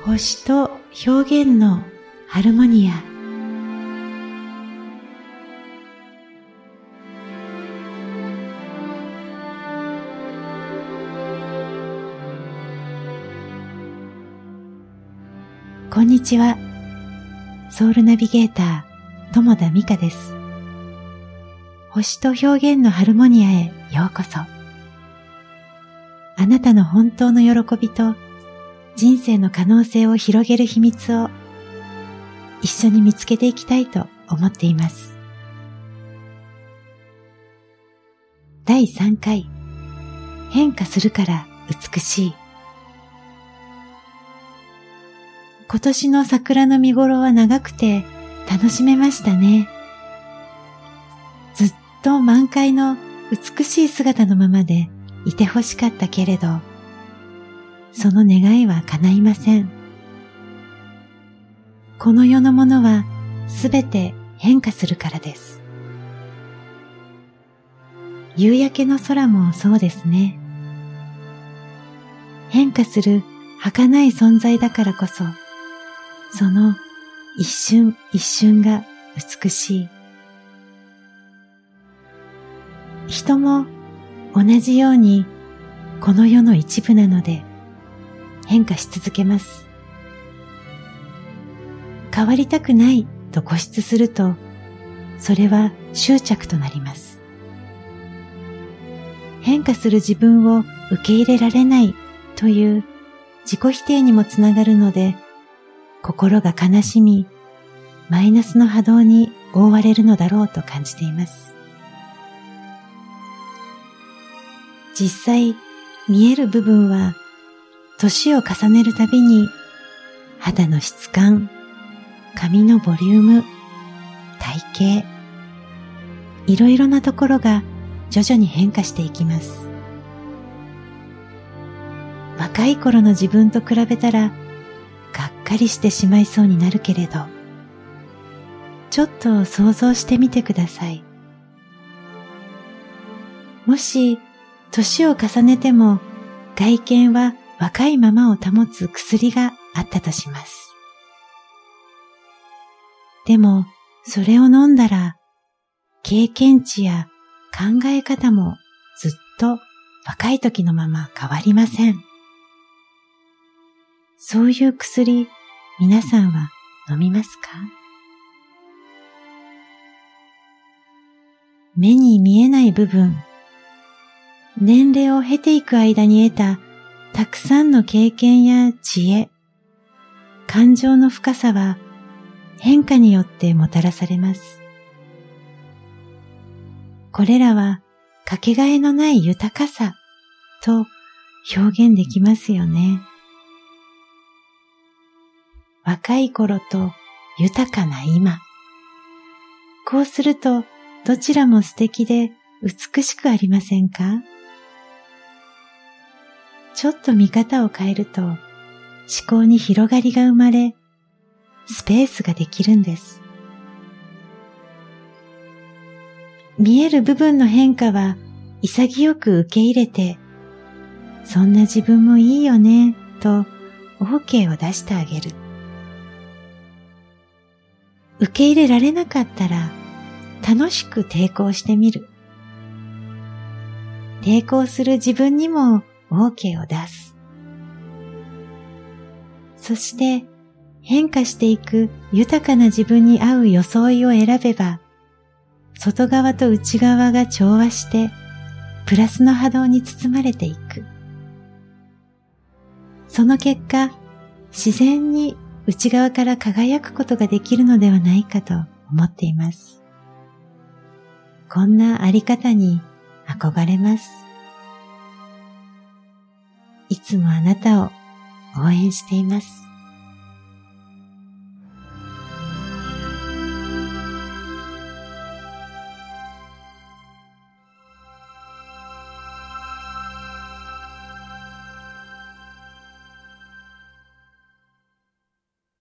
星と表現のハルモニア。こんにちは。ソウルナビゲーター友田美香です。星と表現のハルモニアへようこそ。あなたの本当の喜びと人生の可能性を広げる秘密を一緒に見つけていきたいと思っています。第3回、変化するから美しい。今年の桜の見頃は長くて楽しめましたね。ずっと満開の美しい姿のままでいてほしかったけれど、その願いは叶いません。この世のものはすべて変化するからです。夕焼けの空もそうですね。変化する儚い存在だからこそ、その一瞬一瞬が美しい。人も同じようにこの世の一部なので変化し続けます。変わりたくないと固執すると、それは執着となります。変化する自分を受け入れられないという自己否定にもつながるので、心が悲しみ、マイナスの波動に覆われるのだろうと感じています。実際、見える部分は、年を重ねるたびに、肌の質感、髪のボリューム、体型、いろいろなところが徐々に変化していきます。若い頃の自分と比べたら、がっかりしてしまいそうになるけれど、ちょっと想像してみてください。もし、年を重ねても外見は若いままを保つ薬があったとします。でも、それを飲んだら、経験値や考え方もずっと若い時のまま変わりません。そういう薬、皆さんは飲みますか？目に見えない部分、年齢を経ていく間に得たたくさんの経験や知恵、感情の深さは変化によってもたらされます。これらはかけがえのない豊かさと表現できますよね。若い頃と豊かな今。こうするとどちらも素敵で美しくありませんか？ちょっと見方を変えると思考に広がりが生まれ、スペースができるんです。見える部分の変化は潔く受け入れて、そんな自分もいいよねと OK を出してあげる。受け入れられなかったら楽しく抵抗してみる。抵抗する自分にも OK を出す。そして変化していく豊かな自分に合う装いを選べば、外側と内側が調和してプラスの波動に包まれていく。その結果、自然に内側から輝くことができるのではないかと思っています。こんなあり方に憧れます。いつもあなたを応援しています。